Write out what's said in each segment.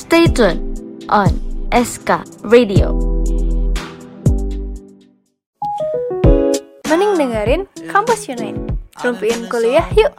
Stay tuned on SK Radio. Mending dengerin Kampus Unite. Rumpiin kuliah yuk.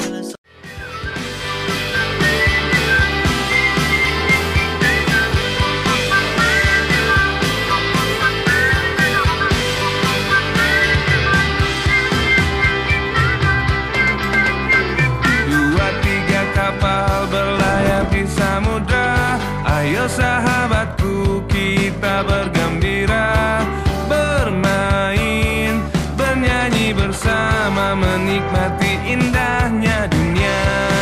Ayo sahabatku, kita bergembira, bermain, bernyanyi bersama, menikmati indahnya dunia.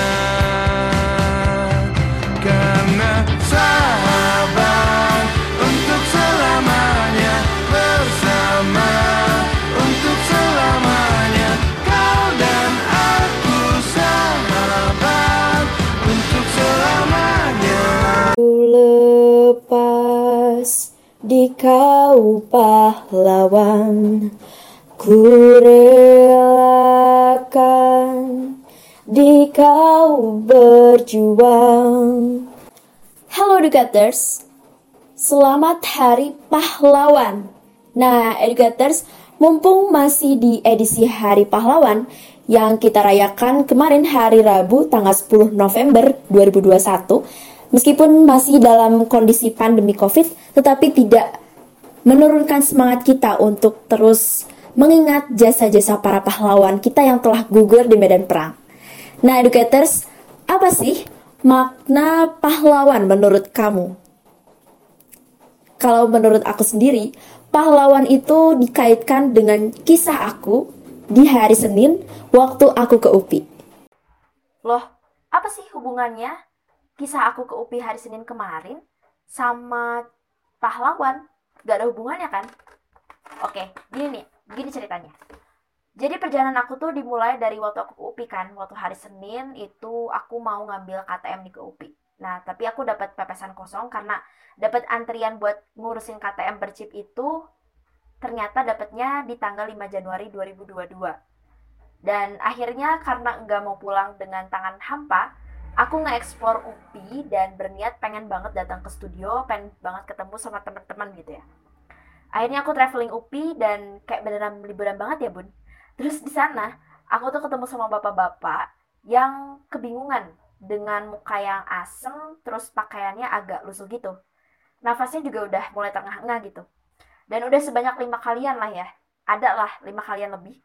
Karena sahabat untuk selamanya, bersama untuk selamanya. Kau dan aku sahabat untuk selamanya. Lepas di kau pahlawan, ku relakan di kau berjuang. Halo educators, selamat Hari Pahlawan. Nah educators, mumpung masih di edisi Hari Pahlawan yang kita rayakan kemarin hari Rabu tanggal 10 November 2021, meskipun masih dalam kondisi pandemi COVID, tetapi tidak menurunkan semangat kita untuk terus mengingat jasa-jasa para pahlawan kita yang telah gugur di medan perang. Nah, educators, apa sih makna pahlawan menurut kamu? Kalau menurut aku sendiri, pahlawan itu dikaitkan dengan kisah aku di hari Senin waktu aku ke UPI. Loh, apa sih hubungannya kisah aku ke UPI hari Senin kemarin sama pahlawan? Gak ada hubungannya kan? Oke, gini ceritanya. Jadi perjalanan aku tuh dimulai dari waktu aku ke UPI kan. Waktu hari Senin itu aku mau ngambil KTM di ke UPI. Nah, tapi aku dapat pepesan kosong karena dapat antrian buat ngurusin KTM berchip itu ternyata dapatnya di tanggal 5 Januari 2022. Dan akhirnya karena nggak mau pulang dengan tangan hampa, aku nge-explore UPI dan berniat pengen banget datang ke studio, pengen banget ketemu sama teman-teman gitu ya. Akhirnya aku traveling UPI dan kayak beneran liburan banget ya bun. Terus di sana aku tuh ketemu sama bapak-bapak yang kebingungan dengan muka yang asem, terus pakaiannya agak lusuh gitu. Nafasnya juga udah mulai terengah-engah gitu. Dan udah sebanyak 5 kalian lah ya, ada lah 5 kalian lebih.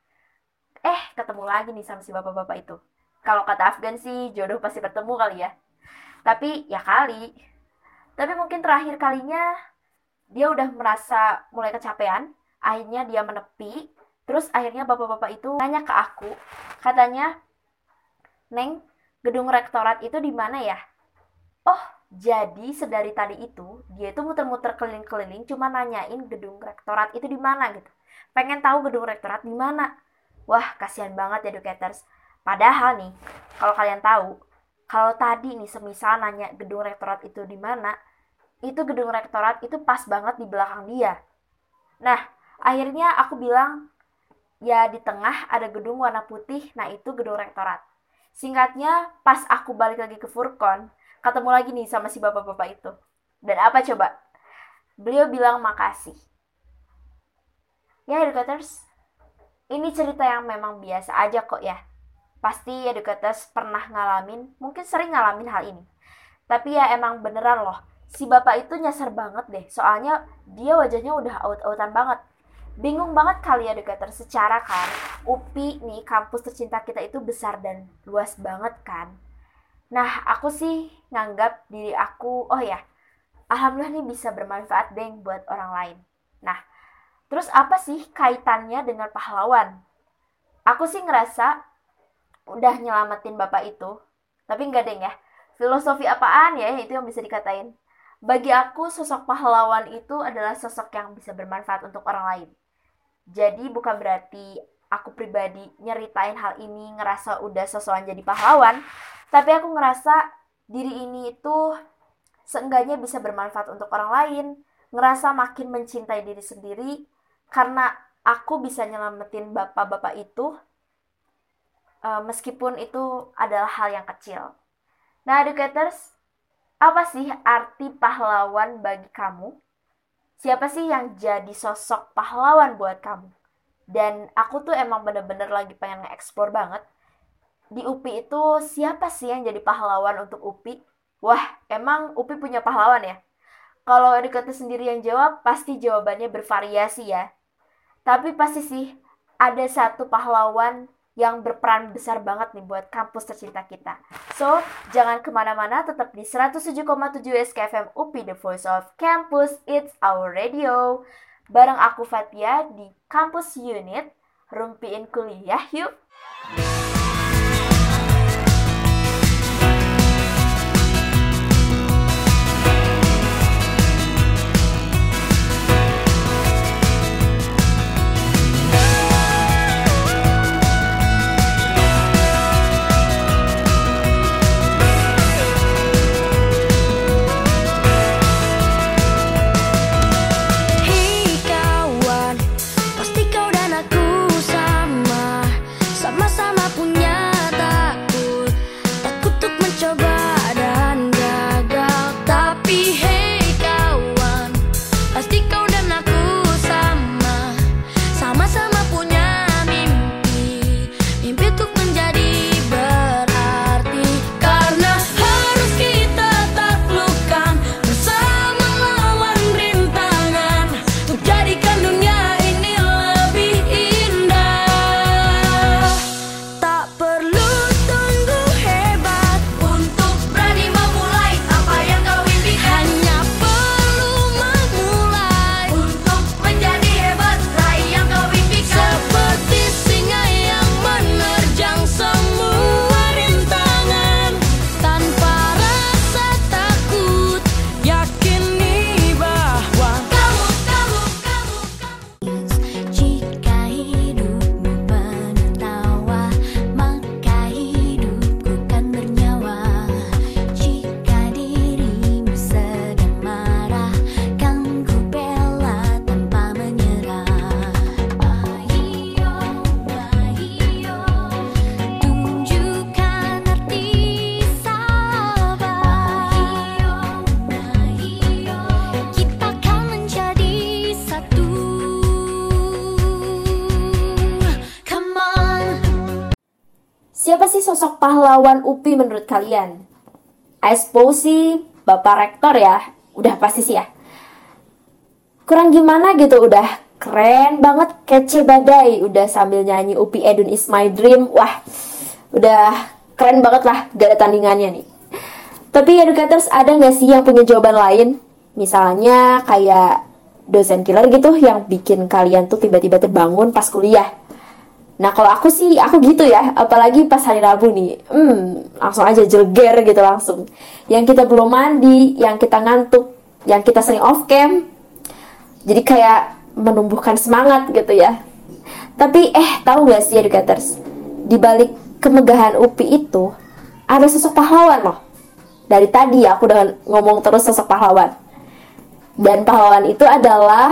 Ketemu lagi nih sama si bapak-bapak itu. Kalau kata Afgan sih jodoh pasti bertemu kali ya. Tapi ya kali. Tapi mungkin terakhir kalinya dia udah merasa mulai kecapean. Akhirnya dia menepi. Terus akhirnya bapak-bapak itu nanya ke aku. Katanya, Neng, gedung rektorat itu di mana ya? Oh, jadi sedari tadi itu dia itu muter-muter keliling-keliling cuma nanyain gedung rektorat itu di mana gitu. Pengen tahu gedung rektorat di mana. Wah, kasihan banget ya educators. Padahal nih, kalau kalian tahu, kalau tadi nih semisal nanya gedung rektorat itu di mana, itu gedung rektorat itu pas banget di belakang dia. Nah, akhirnya aku bilang, ya di tengah ada gedung warna putih, nah itu gedung rektorat. Singkatnya, pas aku balik lagi ke Furkon, ketemu lagi nih sama si bapak-bapak itu. Dan apa coba? Beliau bilang makasih. Ya educators, ini cerita yang memang biasa aja kok ya. Pasti educators pernah ngalamin, mungkin sering ngalamin hal ini. Tapi ya emang beneran loh, si bapak itu nyasar banget deh. Soalnya dia wajahnya udah out-outan banget. Bingung banget kali ya educators, secara kan UPI nih, kampus tercinta kita itu besar dan luas banget kan. Nah, aku sih nganggap diri aku, oh ya, alhamdulillah nih bisa bermanfaat deh buat orang lain. Nah, terus apa sih kaitannya dengan pahlawan? Aku sih ngerasa udah nyelamatin bapak itu. Tapi enggak deh ya. Filosofi apaan ya itu yang bisa dikatain? Bagi aku sosok pahlawan itu adalah sosok yang bisa bermanfaat untuk orang lain. Jadi bukan berarti aku pribadi nyeritain hal ini ngerasa udah sosokan jadi pahlawan. Tapi aku ngerasa diri ini itu seenggaknya bisa bermanfaat untuk orang lain. Ngerasa makin mencintai diri sendiri karena aku bisa nyelamatin bapak-bapak itu, meskipun itu adalah hal yang kecil. Nah educators, Apa sih arti pahlawan bagi kamu? Siapa sih yang jadi sosok pahlawan buat kamu? Dan aku tuh emang bener-bener lagi pengen nge-explore banget. Di UPI itu siapa sih yang jadi pahlawan untuk UPI? Wah, emang UPI punya pahlawan ya? Kalau Erikata sendiri yang jawab, pasti jawabannya bervariasi ya. Tapi pasti sih, ada satu pahlawan yang berperan besar banget nih buat kampus tercinta kita. So, jangan kemana-mana, tetap di 107,7 SKFM UPI, The Voice of Campus, It's Our Radio. Bareng aku Fatia di Kampus Unit, rumpiin kuliah yuk! Siapa sih sosok pahlawan UPI menurut kalian? I suppose sih Bapak Rektor ya, udah pasti sih ya. Kurang gimana gitu, udah keren banget, kece badai, udah sambil nyanyi UPI Edun is my dream. Wah, udah keren banget lah, gak ada tandingannya nih. Tapi educators, ada gak sih yang punya jawaban lain? Misalnya kayak dosen killer gitu yang bikin kalian tuh tiba-tiba terbangun pas kuliah. Nah kalau aku sih, aku gitu ya, apalagi pas hari Rabu nih, langsung aja jelger gitu langsung. Yang kita belum mandi, yang kita ngantuk, yang kita sering off cam, jadi kayak menumbuhkan semangat gitu ya. Tapi tahu gak sih educators, di balik kemegahan UPI itu ada sosok pahlawan loh. Dari tadi aku udah ngomong terus sosok pahlawan. Dan pahlawan itu adalah,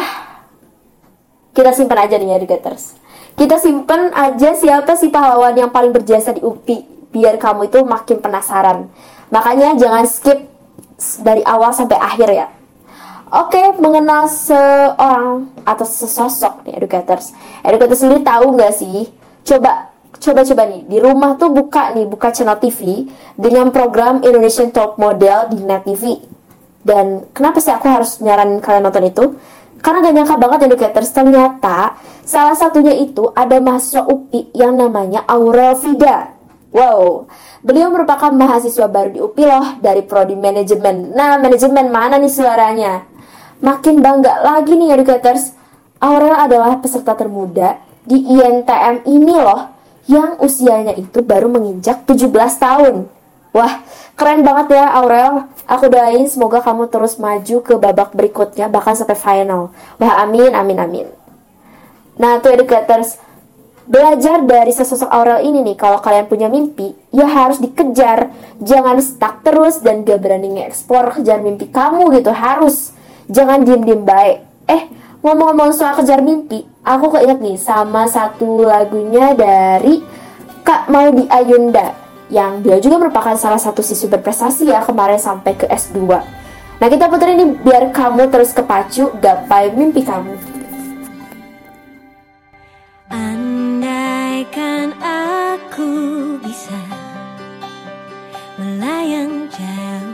kita simpan aja nih educators. Kita simpen aja siapa sih pahlawan yang paling berjasa di UPI, biar kamu itu makin penasaran. Makanya jangan skip dari awal sampai akhir ya. Oke, mengenal seorang atau sesosok nih educators. Educators sendiri tahu nggak sih? Coba nih, di rumah tuh buka channel TV dengan program Indonesian Top Model di Net TV. Dan kenapa sih aku harus nyaranin kalian nonton itu? Karena gak nyangka banget educators, ternyata salah satunya itu ada mahasiswa UPI yang namanya Aurel Vida. Wow, beliau merupakan mahasiswa baru di UPI loh, dari prodi manajemen. Nah, manajemen mana nih suaranya? Makin bangga lagi nih educators, Aurel adalah peserta termuda di INTM ini loh, yang usianya itu baru menginjak 17 tahun. Wah, keren banget ya Aurel. Aku doain semoga kamu terus maju ke babak berikutnya, bahkan sampai final. Wah, amin, amin, amin. Nah, tuh educators, belajar dari sesosok Aurel ini nih, kalau kalian punya mimpi, ya harus dikejar. Jangan stuck terus dan gak berani nge-explore kejar mimpi kamu gitu, harus. Jangan diem-diem baik. Ngomong-ngomong soal kejar mimpi, aku keinget nih sama satu lagunya dari Kak Maudy Ayunda. yang dia juga merupakan salah satu siswi berprestasi ya kemarin sampai ke S2. Nah, kita puterin ini biar kamu terus kepacu gapai mimpi kamu. Andaikan aku bisa melayang jauh,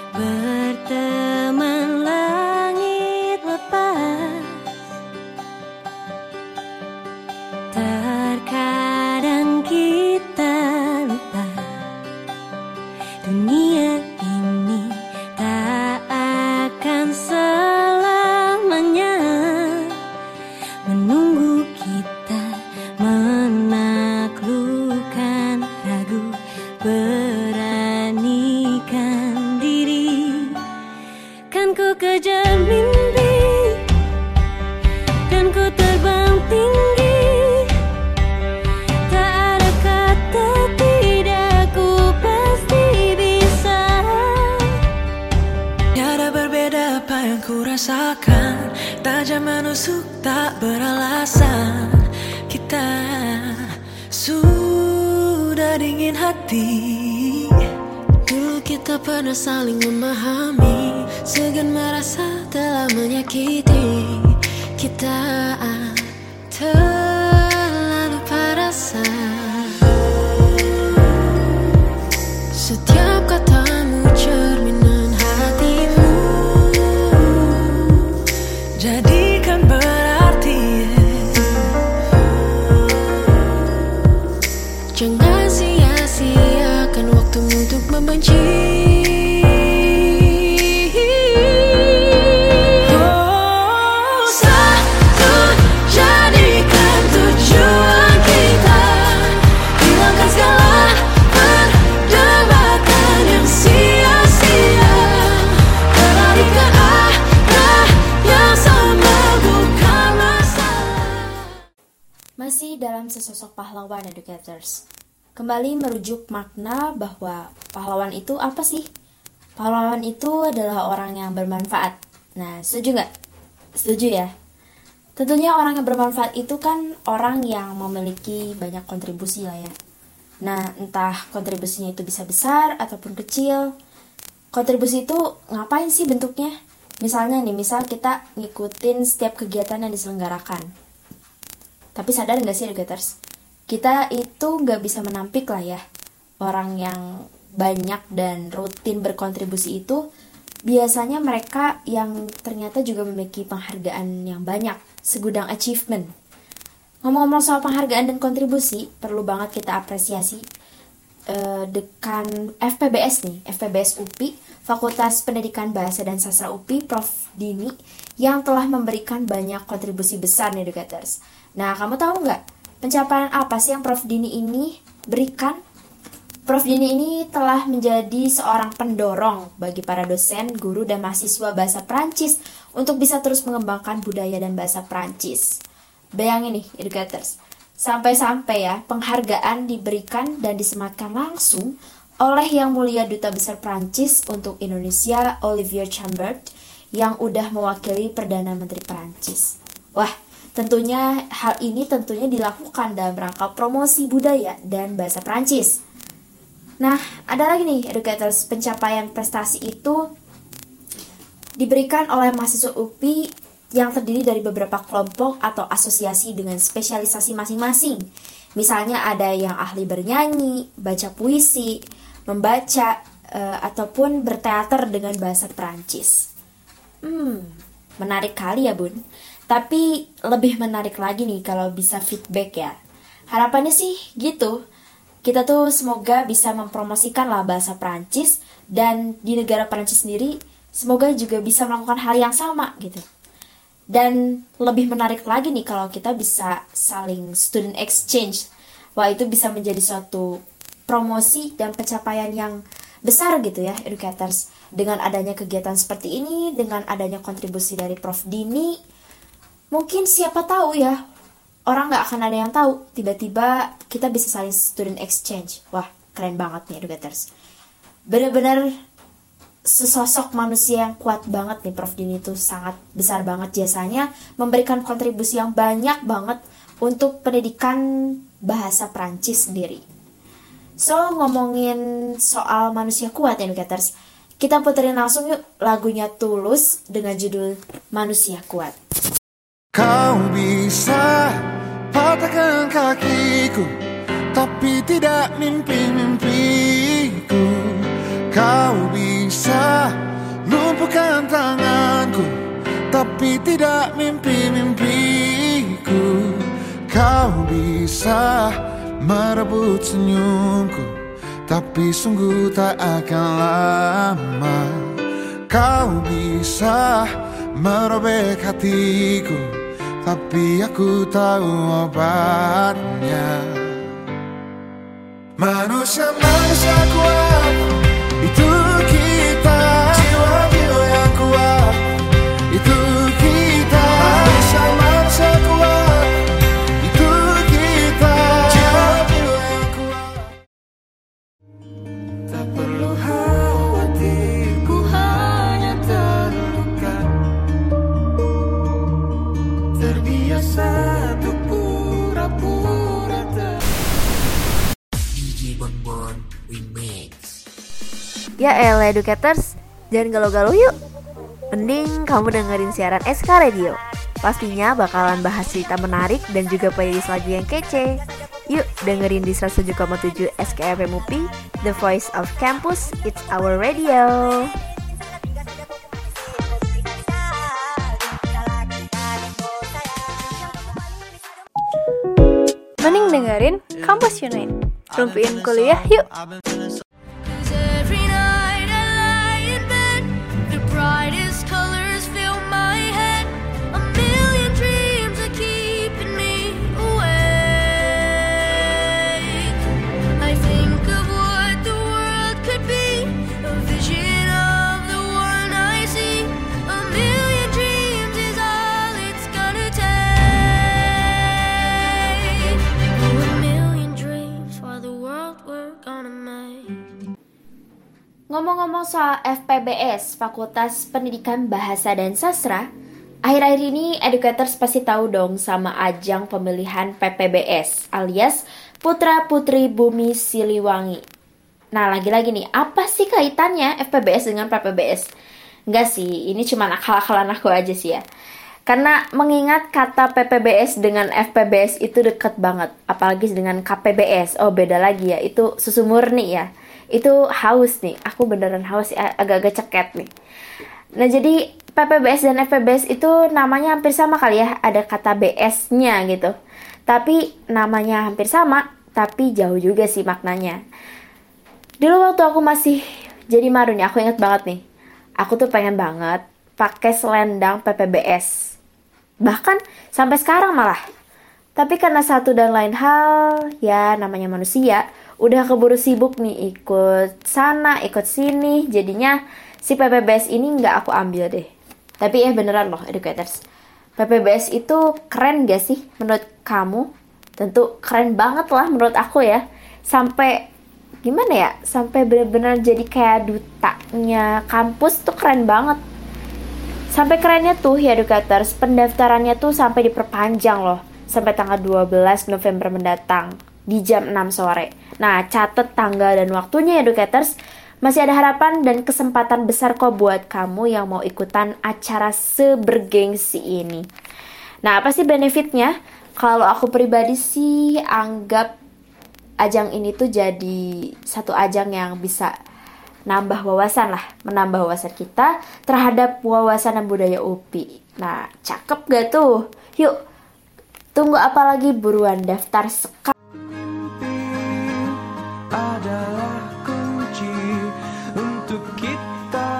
berteman langit lepas. Terkadang kita lupa dunia ini tak akan selamanya menunggu kita menaklukkan ragu, beranikan diri. Kan ku kejar mimpi, kan ku terbang tinggi, tak ada kata tidak, ku pasti bisa. Tiada berbeda apa yang ku rasakan, tajam menusuk tak beralasan. Kita sudah dingin hati. Dulu kita pernah saling memahami, segan merasa telah menyakiti. Kita terlalu perasa. Setiap katamu cerminan hatimu, jadikan berarti. Jangan sia-siakan waktumu untuk membenci. Oh, satu jadikan tujuan kita, hilangkan segala perdebatan yang sia-sia, beralihkan arah yang sama, bukan masalah. Masih dalam sesosok pahlawan educators. Kembali merujuk makna bahwa pahlawan itu apa sih? Pahlawan itu adalah orang yang bermanfaat. Nah, setuju nggak? Setuju ya? Tentunya orang yang bermanfaat itu kan orang yang memiliki banyak kontribusi lah ya. Nah, entah kontribusinya itu bisa besar ataupun kecil. Kontribusi itu ngapain sih bentuknya? Misalnya nih, misal kita ngikutin setiap kegiatan yang diselenggarakan. Tapi sadar nggak sih educators? Kita itu nggak bisa menampik lah ya. Orang yang banyak dan rutin berkontribusi itu biasanya mereka yang ternyata juga memiliki penghargaan yang banyak, segudang achievement. Ngomong-ngomong soal penghargaan dan kontribusi, perlu banget kita apresiasi dekan FPBS nih, FPBS UPI, Fakultas Pendidikan Bahasa dan Sastra UPI, Prof. Dini, yang telah memberikan banyak kontribusi besar nih educators. Nah, kamu tahu nggak pencapaian apa sih yang Prof. Dini ini berikan? Prof. Dini ini telah menjadi seorang pendorong bagi para dosen, guru, dan mahasiswa bahasa Prancis untuk bisa terus mengembangkan budaya dan bahasa Prancis. Bayangin nih, educators, sampai-sampai ya penghargaan diberikan dan disematkan langsung oleh Yang Mulia Duta Besar Prancis untuk Indonesia, Olivier Chambert, yang udah mewakili Perdana Menteri Prancis. Wah, tentunya hal ini tentunya dilakukan dalam rangka promosi budaya dan bahasa Prancis. Nah, ada lagi nih educators, pencapaian prestasi itu diberikan oleh mahasiswa UPI yang terdiri dari beberapa kelompok atau asosiasi dengan spesialisasi masing-masing. Misalnya ada yang ahli bernyanyi, baca puisi, membaca, ataupun berteater dengan bahasa Prancis. Menarik kali ya bun. Tapi lebih menarik lagi nih kalau bisa feedback ya. Harapannya sih gitu. Kita tuh semoga bisa mempromosikan lah bahasa Prancis, dan di negara Prancis sendiri semoga juga bisa melakukan hal yang sama gitu. Dan lebih menarik lagi nih kalau kita bisa saling student exchange. Wah, itu bisa menjadi suatu promosi dan pencapaian yang besar gitu ya educators. Dengan adanya kegiatan seperti ini, dengan adanya kontribusi dari Prof. Dini, mungkin siapa tahu ya, orang nggak akan ada yang tahu, tiba-tiba kita bisa saling student exchange. Wah, keren banget nih educators. Benar-benar sesosok manusia yang kuat banget nih Prof. Dini, itu sangat besar banget jasanya, memberikan kontribusi yang banyak banget untuk pendidikan bahasa Prancis sendiri. So, ngomongin soal manusia kuat educators, kita puterin langsung yuk lagunya Tulus dengan judul Manusia Kuat. Kau bisa patahkan kakiku, tapi tidak mimpi-mimpiku. Kau bisa lumpuhkan tanganku, tapi tidak mimpi-mimpiku. Kau bisa merebut senyumku, tapi sungguh tak akan lama. Kau bisa merobek hatiku, tapi aku tahu obatnya. Manusia kuat, itu kita. Jiwa-jiwa yang kuat, itu kita. Manusia kuat, itu kita. Jiwa-jiwa yang kuat. Tak perlu khawatir, ku hanya terluka. Terbiasa untuk pura-pura DJ Bonbon Remix. Ya elah educators, jangan galau-galau yuk. Mending kamu dengerin siaran SK Radio. Pastinya bakalan bahas cerita menarik dan juga playlist lagu yang kece. Yuk dengerin di 107,7 SKFM UPI, The Voice of Campus, It's Our Radio. Mending dengerin Kampus Unite. Rumpiin kuliah yuk. Every night I lie in bed, the brightest colors fill my head. A million dreams are keeping me awake. I think of what the world could be, a vision of the one I see. A million dreams is all it's gonna take. Oh, a million dreams for the world we're gonna make. Ngomong-ngomong soal FPBS, Fakultas Pendidikan Bahasa dan Sastra, akhir-akhir ini educators pasti tahu dong sama ajang pemilihan PPBS alias Putra Putri Bumi Siliwangi. Nah, lagi-lagi nih, apa sih kaitannya FPBS dengan PPBS? Enggak sih, ini cuma akal-akalan aku aja sih ya. Karena mengingat kata PPBS dengan FPBS itu deket banget, apalagi dengan KPBS. Oh, beda lagi ya, itu susu murni ya. Itu haus nih, aku beneran haus ya, agak-agak ceket nih. Nah, jadi PPBS dan FPBS itu namanya hampir sama kali ya, ada kata BS-nya gitu. Tapi namanya hampir sama, tapi jauh juga sih maknanya. Dulu waktu aku masih jadi maru nih, aku inget banget nih. Aku tuh pengen banget pakai selendang PPBS. Bahkan sampai sekarang malah. Tapi karena satu dan lain hal, ya namanya manusia, udah keburu sibuk nih ikut sana, ikut sini. Jadinya si PPBS ini nggak aku ambil deh. Tapi beneran loh educators, PPBS itu keren gak sih menurut kamu? Tentu keren banget lah menurut aku ya. Sampai gimana ya, sampai bener-bener jadi kayak dutanya kampus tuh keren banget. Sampai kerennya tuh ya educators, pendaftarannya tuh sampai diperpanjang loh, sampai tanggal 12 November mendatang di jam 6 sore. Nah, catet tanggal dan waktunya educators. Masih ada harapan dan kesempatan besar kok buat kamu yang mau ikutan acara sebergengsi ini. Nah, apa sih benefitnya? Kalau aku pribadi sih anggap ajang ini tuh jadi satu ajang yang bisa nambah wawasan lah, menambah wawasan kita terhadap wawasan dan budaya UPI. Nah, cakep gak tuh? Yuk, tunggu apa lagi, buruan daftar sekarang. Adalah kunci untuk kita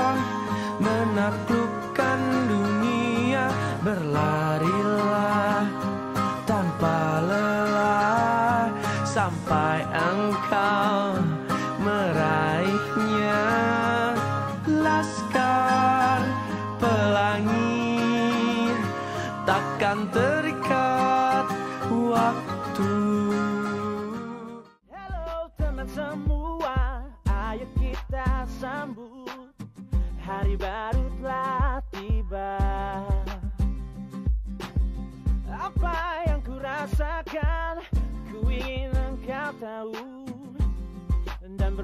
menaklukkan dunia. Berlarilah tanpa lelah sampai engkau meraihnya. Laskar pelangi takkan terikat waktu. Halo teman semua, ayo kita sambut hari baru telah tiba. Apa yang ku rasakan, ku ingin engkau tahu.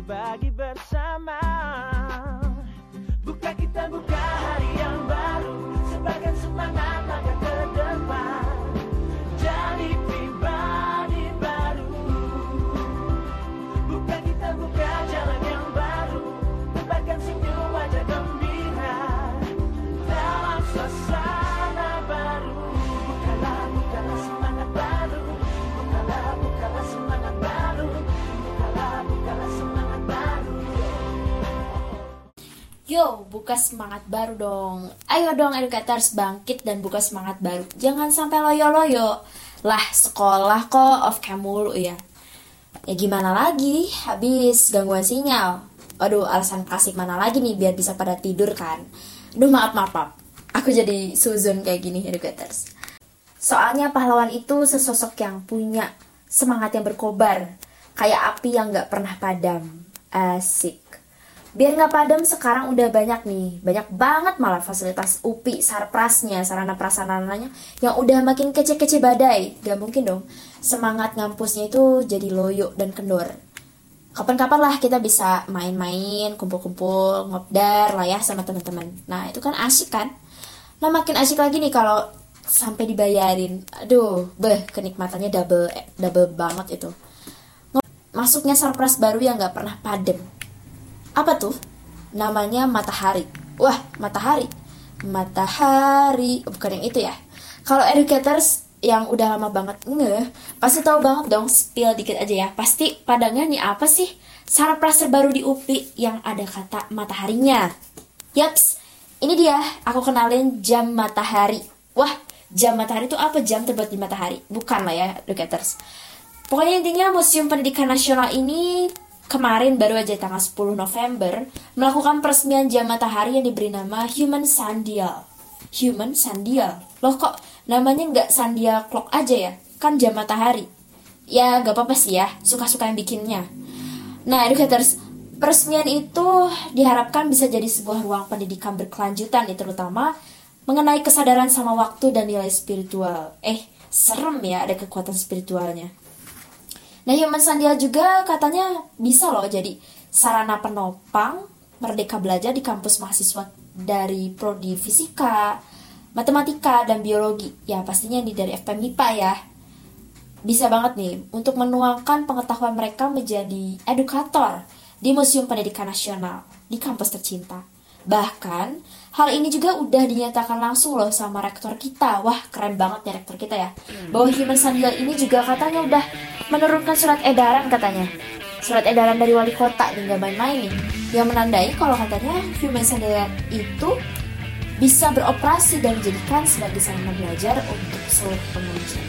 berbagi bersama. Buka kita buka hari yang baru, sebarkan semangat langkah ke depan, jadi pribadi baru. Buka kita buka jalan yang baru, tebarkan senyum wajah gembira dalam suasana baru. Bukalah bukalah semangat baru, bukalah semangat baru, bukalah semangat baru. Yo, buka semangat baru dong. Ayo dong educators, bangkit dan buka semangat baru. Jangan sampai loyo-loyo. Lah, sekolah kok off cam mulu ya. Ya gimana lagi, habis gangguan sinyal. Aduh, alasan klasik mana lagi nih biar bisa pada tidur kan. Aduh, maaf. Aku jadi suzon kayak gini educators. Soalnya pahlawan itu sesosok yang punya semangat yang berkobar, kayak api yang gak pernah padam. Asik. Biar gak padam, sekarang udah banyak banget malah fasilitas UPI, sarprasnya, sarana prasarananya yang udah makin kece-kece badai. Gak mungkin dong semangat ngampusnya itu jadi loyo dan kendor. Kapan-kapan lah kita bisa main-main, kumpul-kumpul, ngobdar lah ya sama teman-teman. Nah itu kan asik kan. Nah makin asik lagi nih kalau sampai dibayarin. Aduh, kenikmatannya double banget itu. Masuknya sarpras baru yang gak pernah padam. Apa tuh? Namanya matahari. Wah, matahari. Bukan yang itu ya. Kalau educators yang udah lama banget pasti tahu banget dong, spill dikit aja ya. Pasti padangnya nih apa sih? Sarpras terbaru di UPI yang ada kata mataharinya. Yaps, ini dia. Aku kenalin jam matahari. Wah, jam matahari itu apa? Jam terbuat di matahari? Bukan lah ya, educators. Pokoknya intinya Museum Pendidikan Nasional ini kemarin baru aja tanggal 10 November melakukan peresmian jam matahari yang diberi nama Human Sundial. Human Sundial. Loh kok namanya nggak Sundial Clock aja ya? Kan jam matahari. Ya nggak apa-apa sih ya, suka-suka yang bikinnya. Nah educators, peresmian itu diharapkan bisa jadi sebuah ruang pendidikan berkelanjutan nih, terutama mengenai kesadaran sama waktu dan nilai spiritual. Serem ya ada kekuatan spiritualnya. Nah, Human Sundial juga katanya bisa loh jadi sarana penopang merdeka belajar di kampus mahasiswa dari prodi fisika, matematika, dan biologi. Ya, pastinya ini dari FPM MIPA ya. Bisa banget nih untuk menuangkan pengetahuan mereka menjadi edukator di Museum Pendidikan Nasional di kampus tercinta. Bahkan, hal ini juga udah dinyatakan langsung loh sama rektor kita. Wah, keren banget nih rektor kita ya. Bahwa Human Sundial ini juga katanya udah menurunkan surat edaran katanya. Surat edaran dari wali kota, nggak main-main nih. Yang menandai kalau katanya Human Sundial itu bisa beroperasi dan dijadikan sebagai sarana belajar untuk seluruh pengunjung.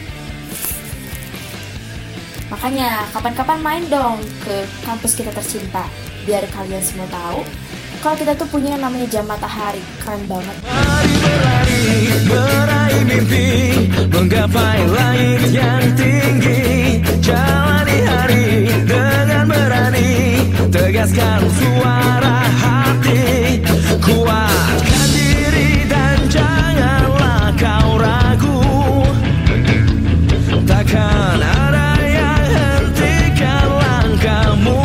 Makanya, kapan-kapan main dong ke kampus kita tercinta. Biar kalian semua tahu kalau kita tuh punya yang namanya jam matahari. Keren banget. Mari berlari, meraih mimpi, menggapai langit yang tinggi. Jalani hari dengan berani, tegaskan suara hati. Kuatkan diri dan janganlah kau ragu. Takkan ada yang hentikan langkahmu.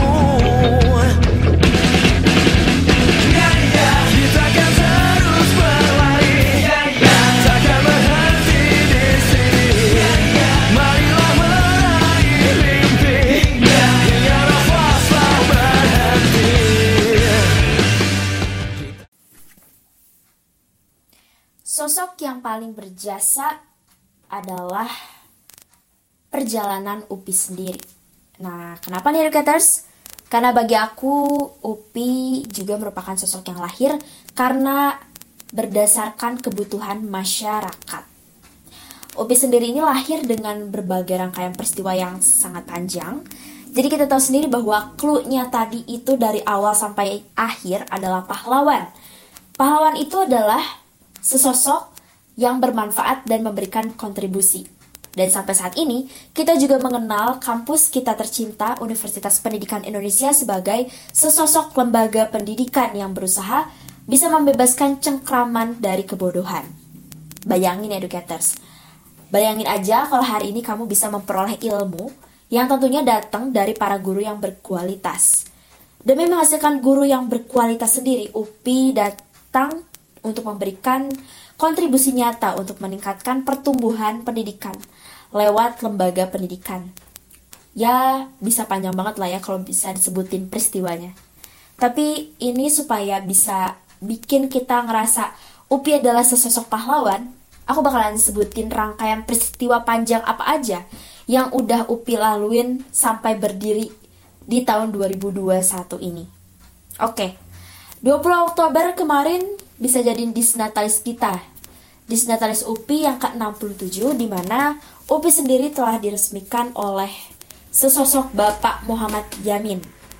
Sosok yang paling berjasa adalah perjalanan UPI sendiri. Nah, kenapa nih educators? Karena bagi aku, UPI juga merupakan sosok yang lahir karena berdasarkan kebutuhan masyarakat. UPI sendiri ini lahir dengan berbagai rangkaian peristiwa yang sangat panjang. Jadi kita tahu sendiri bahwa clue-nya tadi itu dari awal sampai akhir adalah pahlawan. Pahlawan itu adalah sesosok yang bermanfaat dan memberikan kontribusi. Dan sampai saat ini, kita juga mengenal kampus kita tercinta Universitas Pendidikan Indonesia sebagai sesosok lembaga pendidikan yang berusaha bisa membebaskan cengkraman dari kebodohan. Bayangin educators, bayangin aja kalau hari ini kamu bisa memperoleh ilmu yang tentunya datang dari para guru yang berkualitas. Demi menghasilkan guru yang berkualitas sendiri, UPI datang untuk memberikan kontribusi nyata untuk meningkatkan pertumbuhan pendidikan lewat lembaga pendidikan. Ya, bisa panjang banget lah ya kalau bisa disebutin peristiwanya. Tapi ini supaya bisa bikin kita ngerasa UPI adalah sesosok pahlawan, aku bakalan sebutin rangkaian peristiwa panjang apa aja yang udah UPI laluin sampai berdiri di tahun 2021 ini. Oke, 20 Oktober kemarin bisa jadi disnatalis kita. Disnatalis UPI yang ke-67, di mana UPI sendiri telah diresmikan oleh sesosok Bapak Muhammad Yamin.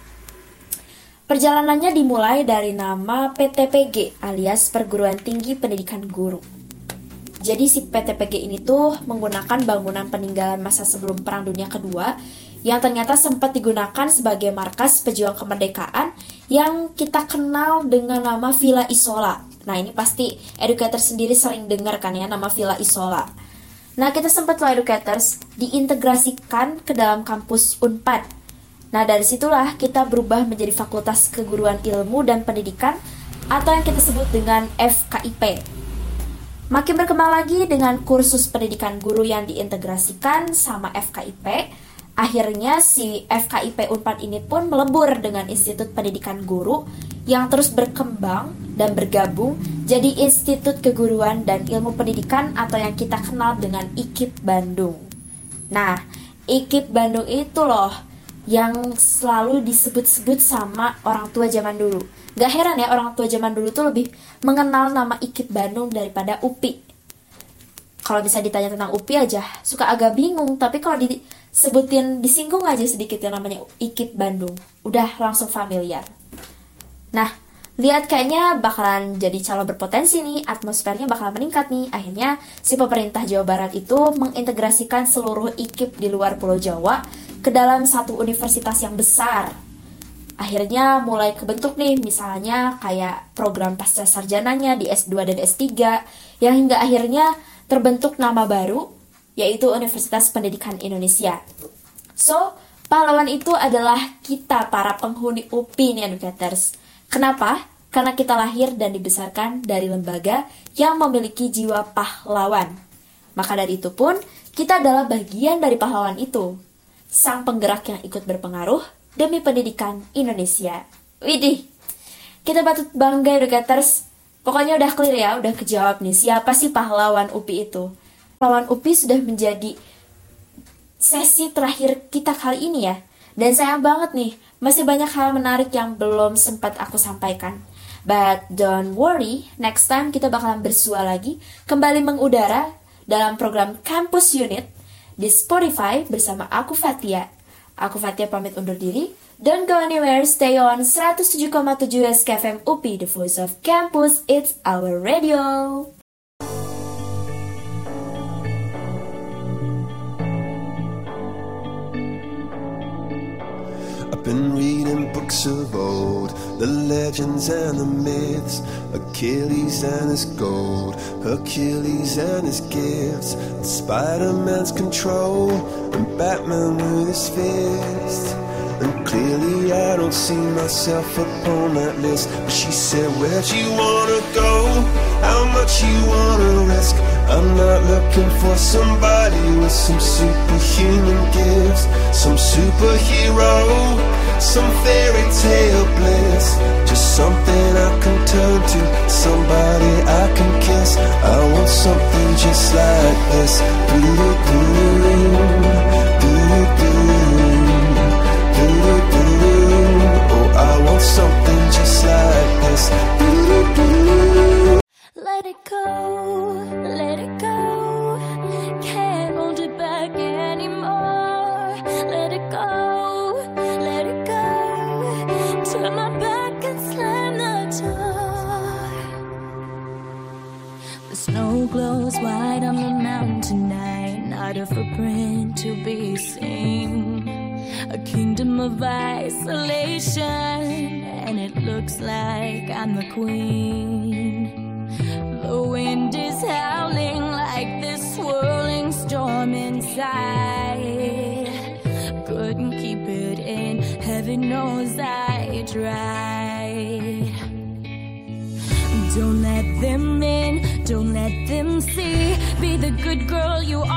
Perjalanannya dimulai dari nama PTPG alias Perguruan Tinggi Pendidikan Guru. Jadi si PTPG ini tuh menggunakan bangunan peninggalan masa sebelum Perang Dunia Kedua yang ternyata sempat digunakan sebagai markas pejuang kemerdekaan yang kita kenal dengan nama Villa Isola. Nah, ini pasti educator sendiri sering dengar kan ya nama Villa Isola. Nah, kita sempat loh educators diintegrasikan ke dalam kampus Unpad. Nah, dari situlah kita berubah menjadi Fakultas Keguruan Ilmu dan Pendidikan atau yang kita sebut dengan FKIP. Makin berkembang lagi dengan kursus pendidikan guru yang diintegrasikan sama FKIP. Akhirnya si FKIP Unpad ini pun melebur dengan Institut Pendidikan Guru yang terus berkembang dan bergabung jadi Institut Keguruan dan Ilmu Pendidikan atau yang kita kenal dengan IKIP Bandung. Nah, IKIP Bandung itu loh yang selalu disebut-sebut sama orang tua zaman dulu. Gak heran ya orang tua zaman dulu tuh lebih mengenal nama IKIP Bandung daripada UPI. Kalau bisa ditanya tentang UPI aja suka agak bingung, tapi kalau disebutin disinggung aja sedikit yang namanya IKIP Bandung, udah langsung familiar. Nah, lihat kayaknya bakalan jadi calon berpotensi nih, atmosfernya bakalan meningkat nih. Akhirnya si pemerintah Jawa Barat itu mengintegrasikan seluruh IKIP di luar Pulau Jawa ke dalam satu universitas yang besar. Akhirnya mulai kebentuk nih, misalnya kayak program pasca sarjananya di S2 dan S3, yang hingga akhirnya terbentuk nama baru, yaitu Universitas Pendidikan Indonesia. So, pahlawan itu adalah kita para penghuni UPI nih educators. Kenapa? Karena kita lahir dan dibesarkan dari lembaga yang memiliki jiwa pahlawan. Maka dari itu pun, kita adalah bagian dari pahlawan itu. Sang penggerak yang ikut berpengaruh demi pendidikan Indonesia. Widih, kita patut bangga educators. Pokoknya udah clear ya, udah kejawab nih siapa sih pahlawan UPI itu. Pahlawan UPI sudah menjadi sesi terakhir kita kali ini ya. Dan sayang banget nih, masih banyak hal menarik yang belum sempat aku sampaikan. But don't worry, next time kita bakalan bersua lagi, kembali mengudara dalam program Campus Unit di Spotify bersama aku Fatia. Aku Fatia pamit undur diri. Don't go anywhere, stay on 107,7 SKFM UPI, the voice of campus, it's our radio. I've been reading books of old, the legends and the myths, Achilles and his gold, Hercules and his gifts, Spider-Man's control, and Batman with his fist. And clearly I don't see myself upon that list. But she said, where'd you wanna go? How much you wanna risk? I'm not looking for somebody with some superhuman gifts, some superhero, some fairy tale bliss. Just something I can turn to, somebody I can kiss. I want something just like this. Oh, I want something just like this. Let it go, let it go. Can't hold it back anymore. Let it go, let it go. Turn my back and slam the door. The snow glows white on the mountain tonight. Not a footprint to be seen. A kingdom of isolation, and it looks like I'm the queen. The wind is howling like this swirling storm inside. Couldn't keep it in, heaven knows I it right. Don't let them in, don't let them see. Be the good girl you